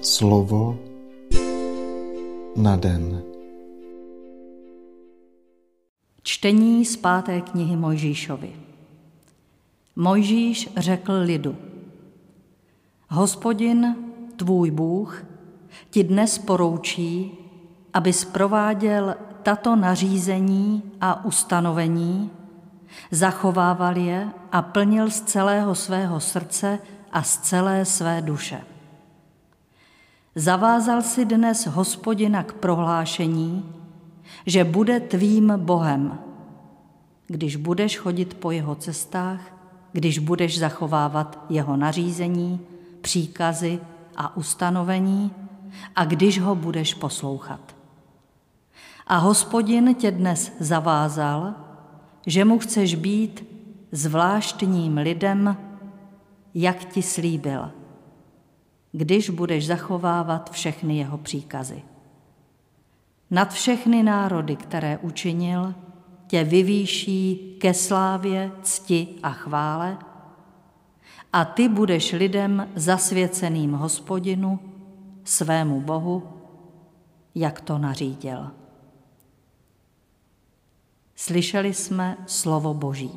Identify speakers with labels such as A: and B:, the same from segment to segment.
A: Slovo na den.
B: Čtení z 5. knihy Mojžíšovy. Mojžíš řekl lidu: Hospodin, tvůj Bůh, ti dnes poroučí, abys prováděl tato nařízení a ustanovení, zachovával je a plnil z celého svého srdce a z celé své duše. Zavázal si dnes Hospodina k prohlášení, že bude tvým Bohem, když budeš chodit po jeho cestách, když budeš zachovávat jeho nařízení, příkazy a ustanovení a když ho budeš poslouchat. A Hospodin tě dnes zavázal, že mu chceš být zvláštním lidem, jak ti slíbil, když budeš zachovávat všechny jeho příkazy. Nad všechny národy, které učinil, tě vyvýší ke slávě, cti a chvále a ty budeš lidem zasvěceným Hospodinu, svému Bohu, jak to nařídil. Slyšeli jsme slovo Boží.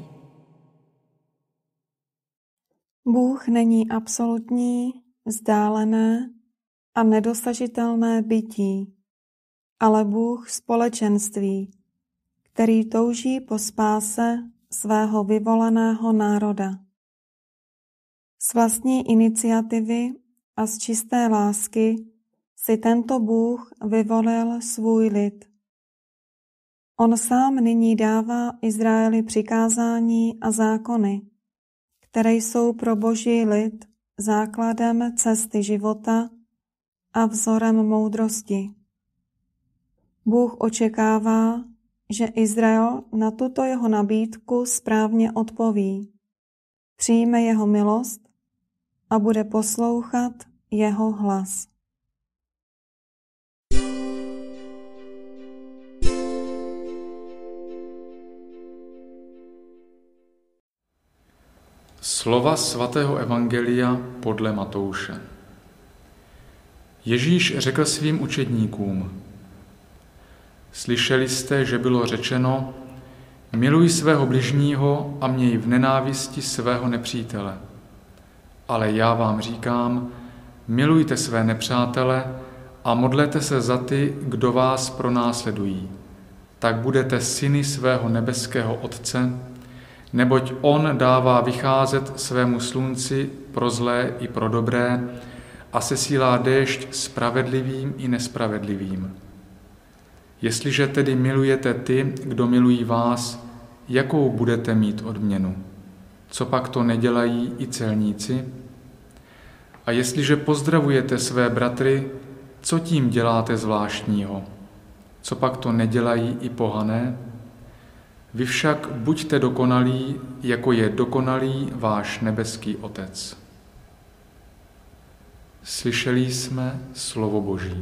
C: Bůh není absolutní, vzdálené a nedosažitelné bytí, ale Bůh společenství, který touží po spáse svého vyvoleného národa. Z vlastní iniciativy a z čisté lásky si tento Bůh vyvolil svůj lid. On sám nyní dává Izraeli přikázání a zákony, které jsou pro Boží lid základem cesty života a vzorem moudrosti. Bůh očekává, že Izrael na tuto jeho nabídku správně odpoví, přijme jeho milost a bude poslouchat jeho hlas.
D: Slova svatého evangelia podle Matouše. Ježíš řekl svým učedníkům: Slyšeli jste, že bylo řečeno: miluj svého bližního a měj v nenávisti svého nepřítele. Ale já vám říkám, milujte své nepřátele a modlete se za ty, kdo vás pronásledují. Tak budete syny svého nebeského Otce, neboť on dává vycházet svému slunci pro zlé i pro dobré a sesílá déšť spravedlivým i nespravedlivým. Jestliže tedy milujete ty, kdo milují vás, jakou budete mít odměnu? Co pak to nedělají i celníci? A jestliže pozdravujete své bratry, co tím děláte zvláštního? Co pak to nedělají i pohané? Vy však buďte dokonalí, jako je dokonalý váš nebeský Otec. Slyšeli jsme slovo Boží.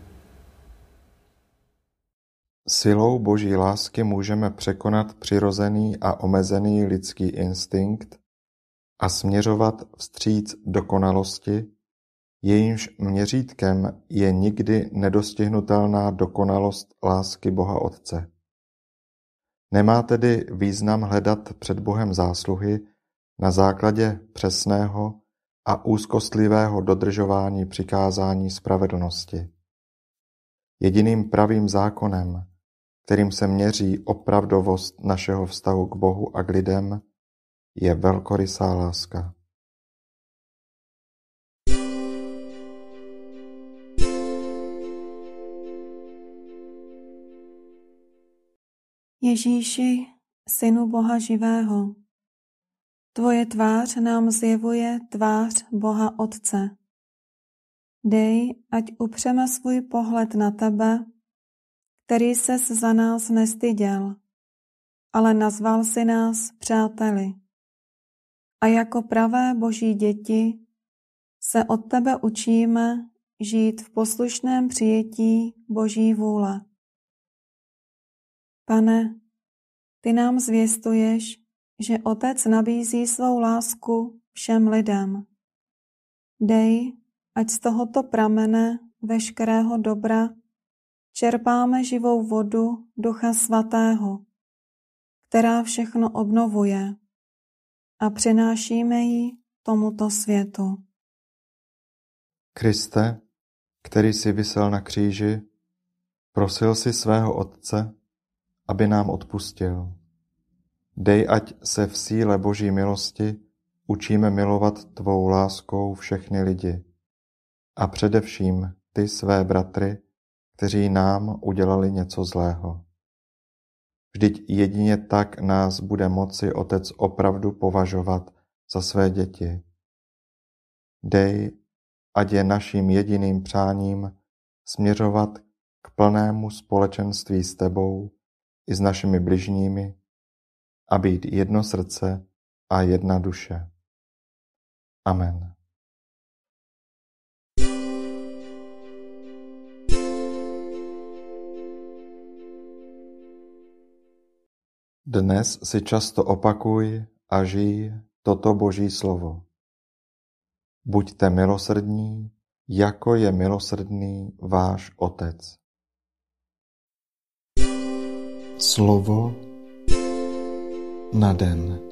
A: Silou Boží lásky můžeme překonat přirozený a omezený lidský instinkt a směřovat vstříc dokonalosti, jejímž měřítkem je nikdy nedostihnutelná dokonalost lásky Boha Otce. Nemá tedy význam hledat před Bohem zásluhy na základě přesného a úzkostlivého dodržování přikázání spravedlnosti. Jediným pravým zákonem, kterým se měří opravdovost našeho vztahu k Bohu a k lidem, je velkorysá láska.
C: Ježíši, Synu Boha živého, tvoje tvář nám zjevuje tvář Boha Otce. Dej, ať upřeme svůj pohled na tebe, který ses za nás nestyděl, ale nazval si nás přáteli. A jako pravé Boží děti se od tebe učíme žít v poslušném přijetí Boží vůle. Pane, ty nám zvěstuješ, že Otec nabízí svou lásku všem lidem. Dej, ať z tohoto pramene veškerého dobra čerpáme živou vodu Ducha Svatého, která všechno obnovuje, a přinášíme ji tomuto světu.
A: Kriste, který jsi visel na kříži, prosil si svého Otce, aby nám odpustil. Dej, ať se v síle Boží milosti učíme milovat tvou láskou všechny lidi a především ty své bratry, kteří nám udělali něco zlého. Vždyť jedině tak nás bude moci Otec opravdu považovat za své děti. Dej, ať je naším jediným přáním směřovat k plnému společenství s tebou i s našimi bližními a být jedno srdce a jedna duše. Amen. Dnes si často opakuj a žij toto Boží slovo. Buďte milosrdní, jako je milosrdný váš Otec. Slovo na den.